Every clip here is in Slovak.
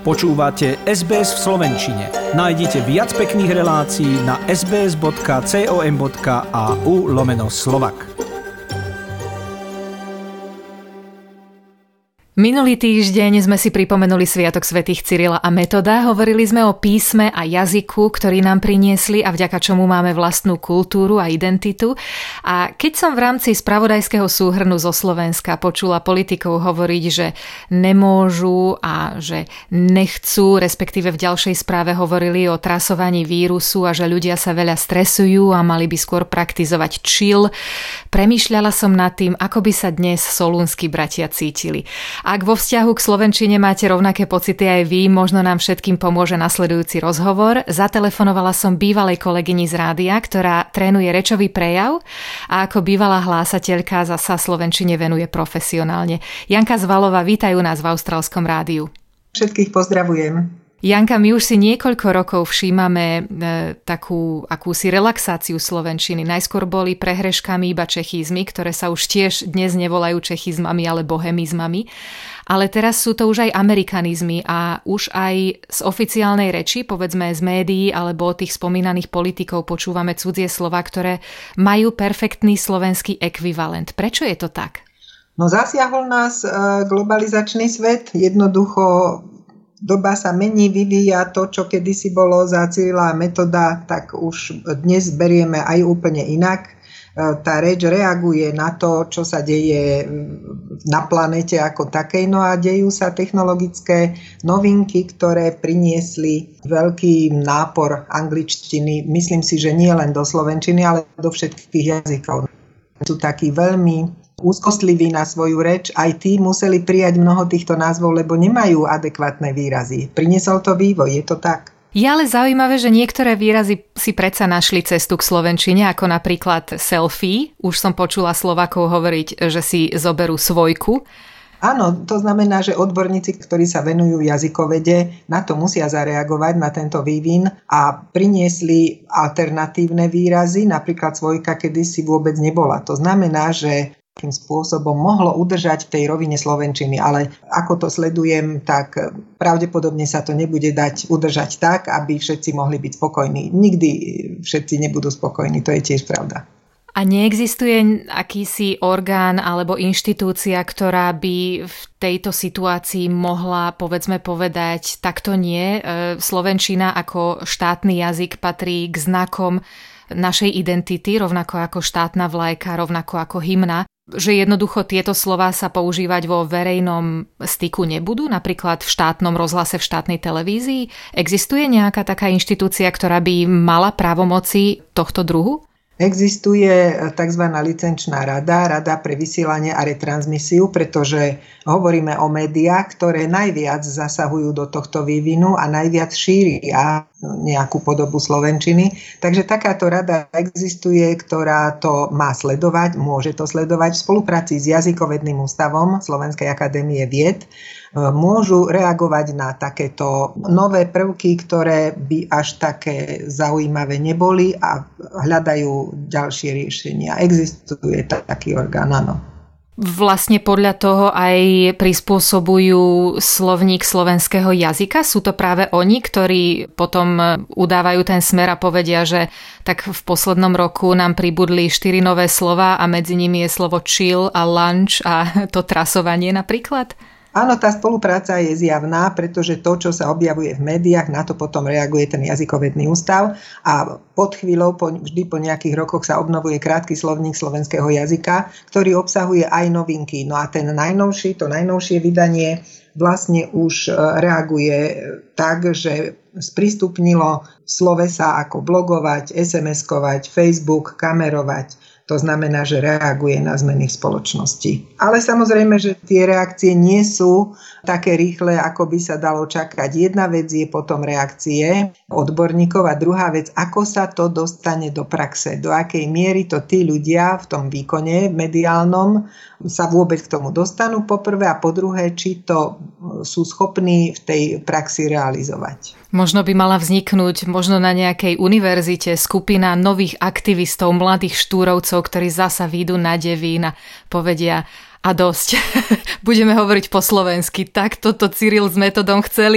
Počúvate SBS v slovenčine. Nájdite viac pekných relácií na sbs.com.au/Slovak. Minulý týždeň sme si pripomenuli Sviatok svätých Cyrila a Metoda, hovorili sme o písme a jazyku, ktorý nám priniesli a vďaka čomu máme vlastnú kultúru a identitu. A keď som v rámci spravodajského súhrnu zo Slovenska počula politikov hovoriť, že nemôžu a že nechcú, respektíve v ďalšej správe hovorili o trasovaní vírusu a že ľudia sa veľa stresujú a mali by skôr praktizovať chill, premýšľala som nad tým, ako by sa dnes solúnski bratia cítili. Ak vo vzťahu k slovenčine máte rovnaké pocity aj vy, možno nám všetkým pomôže nasledujúci rozhovor. Zatelefonovala som bývalej kolegyni z rádia, ktorá trénuje rečový prejav a ako bývalá hlásateľka sa slovenčine venuje profesionálne. Janka Zvalová, vítajú nás v Austrálskom rádiu. Všetkých pozdravujem. Janka, my už si niekoľko rokov všímame takú akúsi relaxáciu slovenčiny. Najskôr boli prehreškami iba čechizmy, ktoré sa už tiež dnes nevolajú čechizmami, ale bohemizmami. Ale teraz sú to už aj amerikanizmy a už aj z oficiálnej reči, povedzme z médií alebo od tých spomínaných politikov počúvame cudzie slová, ktoré majú perfektný slovenský ekvivalent. Prečo je to tak? No zasiahol nás globalizačný svet, jednoducho doba sa mení, vyvíja, to, čo kedysi bolo za Cyrila a Metoda, tak už dnes berieme aj úplne inak. Tá reč reaguje na to, čo sa deje na planete ako takej. No a dejú sa technologické novinky, ktoré priniesli veľký nápor angličtiny. Myslím si, že nie len do slovenčiny, ale do všetkých jazykov. Sú takí veľmi úzkostliví na svoju reč, aj tí museli prijať mnoho týchto názvov, lebo nemajú adekvátne výrazy. Priniesol to vývoj, je to tak. Je ale zaujímavé, že niektoré výrazy si predsa našli cestu k slovenčine, ako napríklad selfie. Už som počula Slovákov hovoriť, že si zoberú svojku. Áno, to znamená, že odborníci, ktorí sa venujú jazykovede, na to musia zareagovať, na tento vývin a priniesli alternatívne výrazy, napríklad svojka kedysi vôbec nebola. To znamená, že akým spôsobom mohlo udržať v tej rovine slovenčiny, ale ako to sledujem, tak pravdepodobne sa to nebude dať udržať tak, aby všetci mohli byť spokojní. Nikdy všetci nebudú spokojní, to je tiež pravda. A neexistuje akýsi orgán alebo inštitúcia, ktorá by v tejto situácii mohla, povedzme, povedať, takto nie. Slovenčina ako štátny jazyk patrí k znakom našej identity, rovnako ako štátna vlajka, rovnako ako hymna. Že jednoducho tieto slová sa používať vo verejnom styku nebudú, napríklad v štátnom rozhlase, v štátnej televízii? Existuje nejaká taká inštitúcia, ktorá by mala právomoci tohto druhu? Existuje tzv. Licenčná rada pre vysielanie a retransmisiu, pretože hovoríme o médiách, ktoré najviac zasahujú do tohto vývinu a najviac šíria nejakú podobu slovenčiny. Takže takáto rada existuje, ktorá to má sledovať, môže to sledovať v spolupráci s Jazykovedným ústavom Slovenskej akadémie vied. Môžu reagovať na takéto nové prvky, ktoré by až také zaujímavé neboli a hľadajú ďalšie riešenia. Existuje taký orgán, áno. Vlastne podľa toho aj prispôsobujú slovník slovenského jazyka? Sú to práve oni, ktorí potom udávajú ten smer a povedia, že tak v poslednom roku nám pribudli 4 nové slova a medzi nimi je slovo chill a lunch a to trasovanie napríklad? Áno, tá spolupráca je zjavná, pretože to, čo sa objavuje v médiách, na to potom reaguje ten jazykovedný ústav a pod chvíľou, vždy po nejakých rokoch sa obnovuje krátky slovník slovenského jazyka, ktorý obsahuje aj novinky. No a to najnovšie vydanie vlastne už reaguje tak, že sprístupnilo slovesa ako blogovať, SMS-kovať, Facebook, kamerovať. To znamená, že reaguje na zmeny v spoločnosti. Ale samozrejme, že tie reakcie nie sú také rýchle, ako by sa dalo čakať. Jedna vec je potom reakcie odborníkov a druhá vec, ako sa to dostane do praxe. Do akej miery to tí ľudia v tom výkone mediálnom sa vôbec k tomu dostanú po prvé a po druhé, či to sú schopní v tej praxi realizovať. Možno by mala vzniknúť možno na nejakej univerzite skupina nových aktivistov, mladých štúrovcov, ktorí zasa výjdu na Devín a povedia a dosť, budeme hovoriť po slovensky. Tak toto Cyril s Metodom chceli?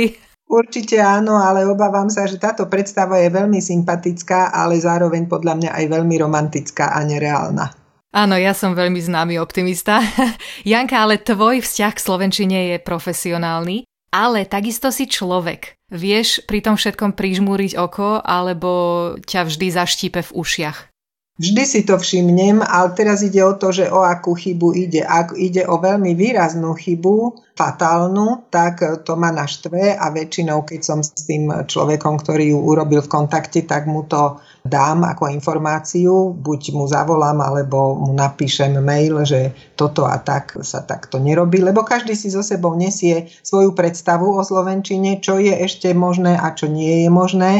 Určite áno, ale obávam sa, že táto predstava je veľmi sympatická, ale zároveň podľa mňa aj veľmi romantická a nereálna. Áno, ja som veľmi známy optimista. Janka, ale tvoj vzťah k slovenčine je profesionálny, ale takisto si človek. Vieš pri tom všetkom prižmúriť oko, alebo ťa vždy zaštípe v ušiach? Vždy si to všimnem, ale teraz ide o to, že o akú chybu ide. Ak ide o veľmi výraznú chybu, fatálnu, tak to ma naštve a väčšinou, keď som s tým človekom, ktorý ju urobil v kontakte, tak mu to dám ako informáciu, buď mu zavolám, alebo mu napíšem mail, že toto a tak sa takto nerobí, lebo každý si so sebou nesie svoju predstavu o slovenčine, čo je ešte možné a čo nie je možné.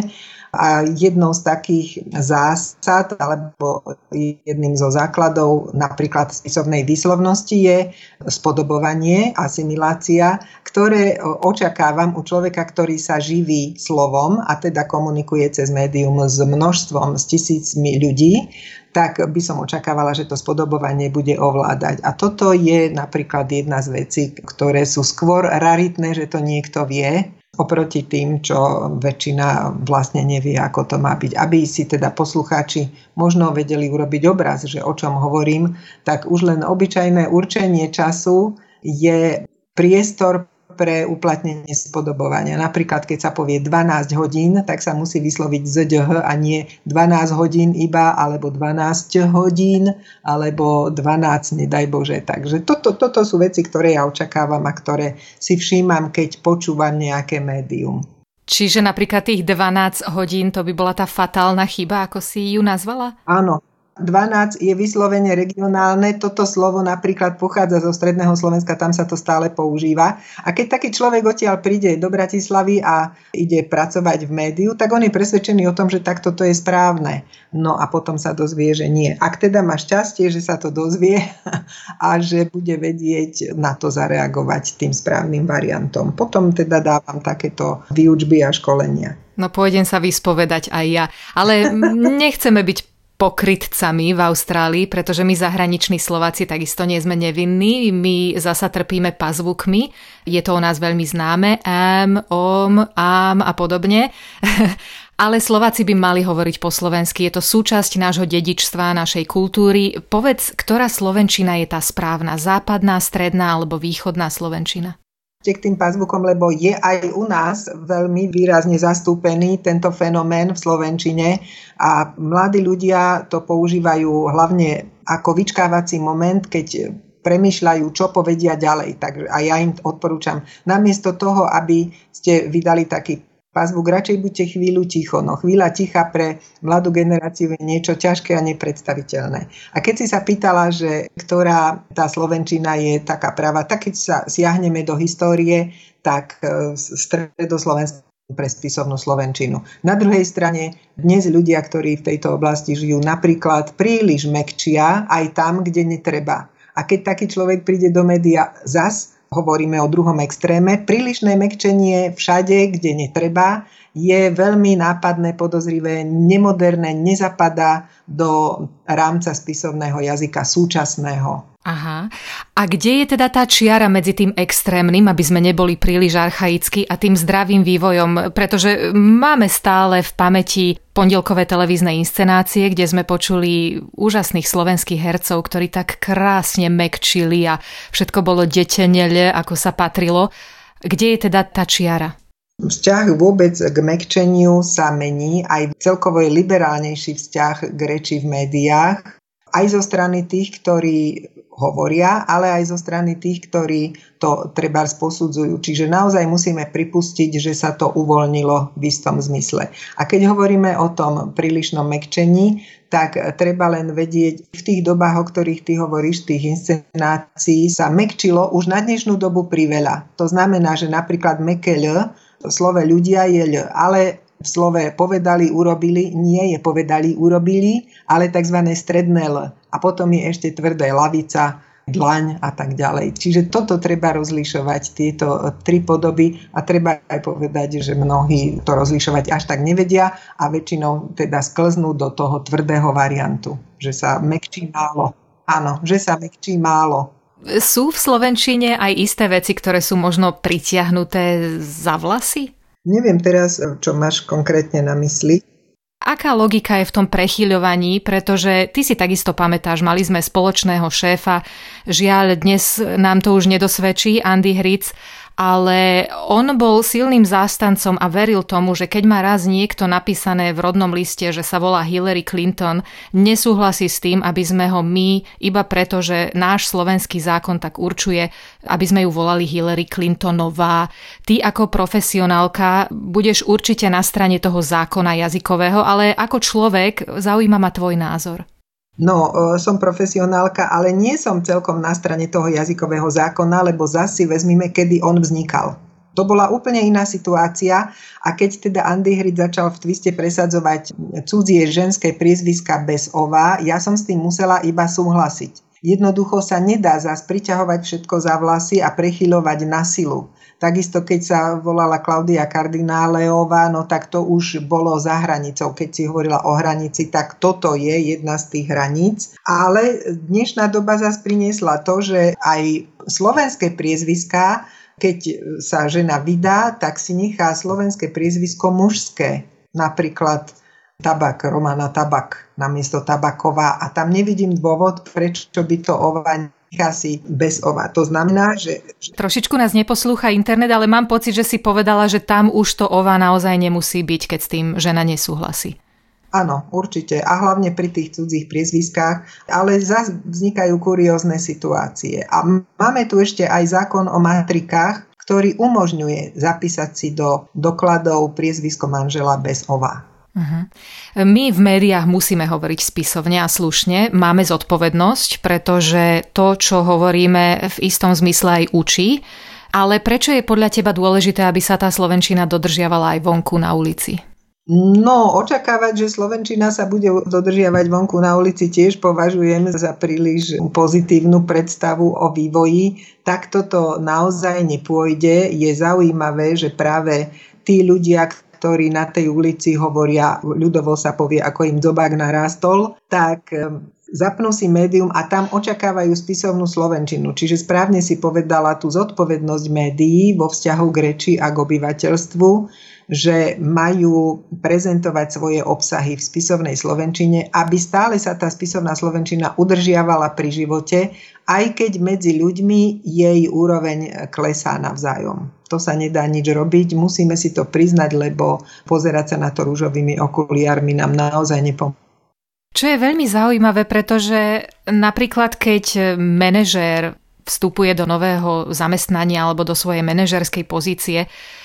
A jednou z takých zásad, alebo jedným zo základov napríklad spisovnej výslovnosti je spodobovanie, asimilácia, ktoré očakávam u človeka, ktorý sa živí slovom a teda komunikuje cez médium s množstvom, s tisícmi ľudí, tak by som očakávala, že to spodobovanie bude ovládať. A toto je napríklad jedna z vecí, ktoré sú skôr raritné, že to niekto vie, oproti tým, čo väčšina vlastne nevie, ako to má byť. Aby si teda poslucháči možno vedeli urobiť obraz, že o čom hovorím, tak už len obyčajné určenie času je priestor pre uplatnenie spodobovania. Napríklad, keď sa povie 12 hodín, tak sa musí vysloviť ZDH a nie 12 hodín iba, alebo 12 hodín, alebo 12, nedaj Bože. Takže toto sú veci, ktoré ja očakávam a ktoré si všímam, keď počúvam nejaké médium. Čiže napríklad tých 12 hodín, to by bola tá fatálna chyba, ako si ju nazvala? Áno. 12 je vyslovene regionálne, toto slovo napríklad pochádza zo stredného Slovenska, tam sa to stále používa. A keď taký človek odtiaľ príde do Bratislavy a ide pracovať v médiu, tak on je presvedčený o tom, že takto to je správne. No a potom sa dozvie, že nie. Ak teda má šťastie, že sa to dozvie a že bude vedieť na to zareagovať tým správnym variantom. Potom teda dávam takéto výučby a školenia. No pôjdem sa vyspovedať aj ja, ale nechceme byť pokrytcami v Austrálii, pretože my zahraniční Slováci takisto nie sme nevinní, my zasa trpíme pazvukmi, je to o nás veľmi známe, ám a podobne, ale Slováci by mali hovoriť po slovensky, je to súčasť nášho dedičstva, našej kultúry. Povedz, ktorá slovenčina je tá správna, západná, stredná alebo východná slovenčina? K tým pazvukom, lebo je aj u nás veľmi výrazne zastúpený tento fenomén v slovenčine a mladí ľudia to používajú hlavne ako vyčkávací moment, keď premýšľajú, čo povedia ďalej. Tak, a ja im odporúčam, namiesto toho, aby ste vydali taký pazvuk, radšej buďte chvíľu ticho. No chvíľa ticha pre mladú generáciu je niečo ťažké a nepredstaviteľné. A keď si sa pýtala, že ktorá tá slovenčina je taká pravá, tak keď sa siahneme do histórie, tak stredoslovenskú pre spisovnú slovenčinu. Na druhej strane dnes ľudia, ktorí v tejto oblasti žijú, napríklad príliš mäkčia aj tam, kde netreba. A keď taký človek príde do média hovoríme o druhom extréme. Prílišné mäkčenie všade, kde netreba, je veľmi nápadné, podozrivé, nemoderné, nezapadá do rámca spisovného jazyka súčasného. Aha. A kde je teda tá čiara medzi tým extrémnym, aby sme neboli príliš archaickí, a tým zdravým vývojom? Pretože máme stále v pamäti pondelkové televízne inscenácie, kde sme počuli úžasných slovenských hercov, ktorí tak krásne mäkčili a všetko bolo detenele, ako sa patrilo. Kde je teda tá čiara? Vzťah vôbec k mäkčeniu sa mení, aj celkovo je liberálnejší vzťah k reči v médiách, aj zo strany tých, ktorí hovoria, ale aj zo strany tých, ktorí to trebárs posudzujú. Čiže naozaj musíme pripustiť, že sa to uvoľnilo v istom zmysle. A keď hovoríme o tom prílišnom mäkčení, tak treba len vedieť, v tých dobách, o ktorých ty hovoríš, tých inscenácií sa mäkčilo už na dnešnú dobu priveľa. To znamená, že napríklad mäkké L, v slove ľudia je L, ale v slove povedali, urobili, nie je povedali, urobili, ale tzv. Stredné L. A potom je ešte tvrdé lavica, dlaň a tak ďalej. Čiže toto treba rozlišovať, tieto tri podoby, a treba aj povedať, že mnohí to rozlišovať až tak nevedia a väčšinou teda sklznú do toho tvrdého variantu, že sa mäkčí málo. Áno, že sa mäkčí málo. Sú v slovenčine aj isté veci, ktoré sú možno pritiahnuté za vlasy? Neviem teraz, čo máš konkrétne na mysli. Aká logika je v tom prechýľovaní, pretože ty si takisto pamätáš, mali sme spoločného šéfa, žiaľ dnes nám to už nedosvedčí, Andy Hric, ale on bol silným zástancom a veril tomu, že keď má raz niekto napísané v rodnom liste, že sa volá Hillary Clinton, nesúhlasí s tým, aby sme ho my, iba preto, že náš slovenský zákon tak určuje, aby sme ju volali Hillary Clintonová. Ty ako profesionálka budeš určite na strane toho zákona jazykového, ale ako človek zaujíma ma tvoj názor. No, som profesionálka, ale nie som celkom na strane toho jazykového zákona, lebo zasi vezmime, kedy on vznikal. To bola úplne iná situácia a keď teda Andy Hric začal v Twiste presadzovať cudzie ženské priezviská bez ova, ja som s tým musela iba súhlasiť. Jednoducho sa nedá zas priťahovať všetko za vlasy a prechyľovať na silu. Takisto, keď sa volala Klaudia Kardináleová, no tak to už bolo za hranicou. Keď si hovorila o hranici, tak toto je jedna z tých hraníc. Ale dnešná doba zase priniesla to, že aj slovenské priezviská, keď sa žena vydá, tak si nechá slovenské priezvisko mužské. Napríklad Tabak, Romana Tabak namiesto Tabaková. A tam nevidím dôvod, prečo by to ova nechá si bez ova. To znamená, že... Trošičku nás neposlúcha internet, ale mám pocit, že si povedala, že tam už to ova naozaj nemusí byť, keď s tým žena nesúhlasí. Áno, určite. A hlavne pri tých cudzích priezviskách. Ale zase vznikajú kuriózne situácie. A máme tu ešte aj zákon o matrikách, ktorý umožňuje zapísať si do dokladov priezvisko manžela bez ova. My v médiách musíme hovoriť spisovne a slušne. Máme zodpovednosť, pretože to, čo hovoríme, v istom zmysle aj učí. Ale prečo je podľa teba dôležité, aby sa tá slovenčina dodržiavala aj vonku na ulici? No, očakávať, že slovenčina sa bude dodržiavať vonku na ulici, tiež považujem za príliš pozitívnu predstavu o vývoji. Tak toto naozaj nepôjde. Je zaujímavé, že práve tí ľudia, ktorí na tej ulici hovoria, ľudovo sa povie, ako im dzobák narástol, tak zapnú si médium a tam očakávajú spisovnú slovenčinu. Čiže správne si povedala tú zodpovednosť médií vo vzťahu k reči a k obyvateľstvu, že majú prezentovať svoje obsahy v spisovnej slovenčine, aby stále sa tá spisovná slovenčina udržiavala pri živote, aj keď medzi ľuďmi jej úroveň klesá navzájom. To sa nedá nič robiť, musíme si to priznať, lebo pozerať sa na to ružovými okuliarmi nám naozaj nepomôže. Čo je veľmi zaujímavé, pretože napríklad keď manažér vstupuje do nového zamestnania alebo do svojej manažerskej pozície,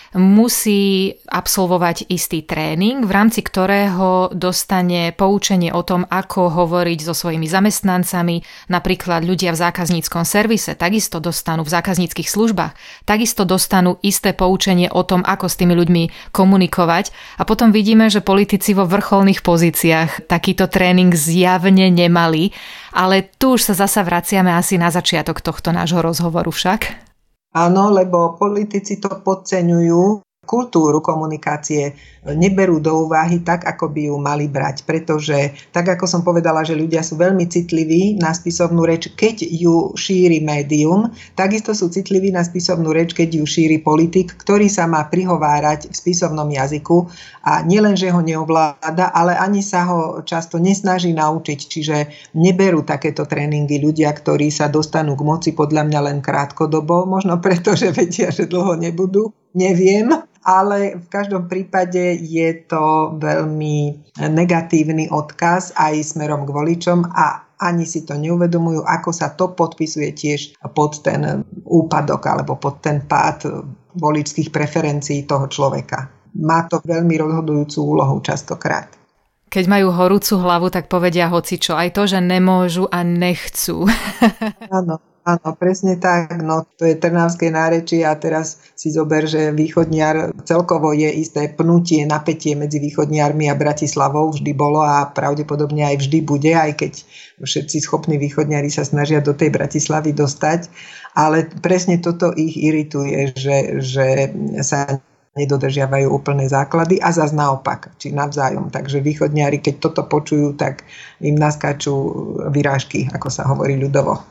musí absolvovať istý tréning, v rámci ktorého dostane poučenie o tom, ako hovoriť so svojimi zamestnancami. Napríklad ľudia v zákazníckom servise takisto dostanú v zákazníckych službách, takisto dostanú isté poučenie o tom, ako s tými ľuďmi komunikovať. A potom vidíme, že politici vo vrcholných pozíciách takýto tréning zjavne nemali. Ale tu už sa zasa vraciame asi na začiatok tohto nášho rozhovoru však. Áno, lebo politici to podceňujú, kultúru komunikácie neberú do úvahy tak, ako by ju mali brať, pretože, tak ako som povedala, že ľudia sú veľmi citliví na spisovnú reč, keď ju šíri médium, takisto sú citliví na spisovnú reč, keď ju šíri politik, ktorý sa má prihovárať v spisovnom jazyku a nielen, že ho neovláda, ale ani sa ho často nesnaží naučiť, čiže neberú takéto tréningy ľudia, ktorí sa dostanú k moci podľa mňa len krátkodobo, možno preto, že vedia, že dlho nebudú, neviem. Ale v každom prípade je to veľmi negatívny odkaz aj smerom k voličom a ani si to neuvedomujú, ako sa to podpisuje tiež pod ten úpadok alebo pod ten pád voličských preferencií toho človeka. Má to veľmi rozhodujúcu úlohu častokrát. Keď majú horúcu hlavu, tak povedia hocičo. Aj to, že nemôžu a nechcú. Áno. Áno, presne tak. No, to je trnavské nárečie a teraz si zober, že východniar celkovo je isté pnutie, napätie medzi východniarmi a Bratislavou vždy bolo a pravdepodobne aj vždy bude, aj keď všetci schopní východniari sa snažia do tej Bratislavy dostať. Ale presne toto ich irituje, že sa nedodržiavajú úplné základy a zas naopak, či navzájom. Takže východniari, keď toto počujú, tak im naskáču vyrážky, ako sa hovorí ľudovo.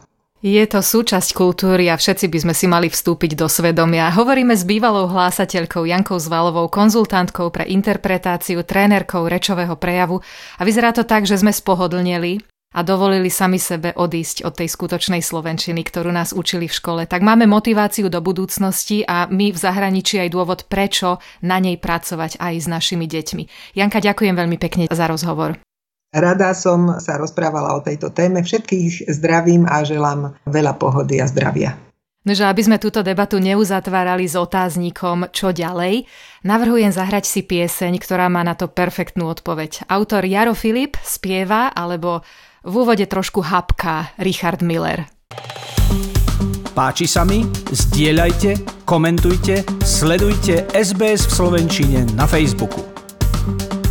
Je to súčasť kultúry a všetci by sme si mali vstúpiť do svedomia. Hovoríme s bývalou hlásateľkou Jankou Zvalovou, konzultantkou pre interpretáciu, trénerkou rečového prejavu a vyzerá to tak, že sme spohodlneli a dovolili sami sebe odísť od tej skutočnej slovenčiny, ktorú nás učili v škole. Tak máme motiváciu do budúcnosti a my v zahraničí aj dôvod, prečo na nej pracovať aj s našimi deťmi. Janka, ďakujem veľmi pekne za rozhovor. Rada som sa rozprávala o tejto téme. Všetkých zdravím a želám veľa pohody a zdravia. Nože aby sme túto debatu neuzatvárali s otáznikom čo ďalej, navrhujem zahrať si pieseň, ktorá má na to perfektnú odpoveď. Autor Jaro Filip spieva, alebo v úvode trošku hapká Richard Miller. Páči sa mi? Zdieľajte, komentujte, sledujte SBS v slovenčine na Facebooku.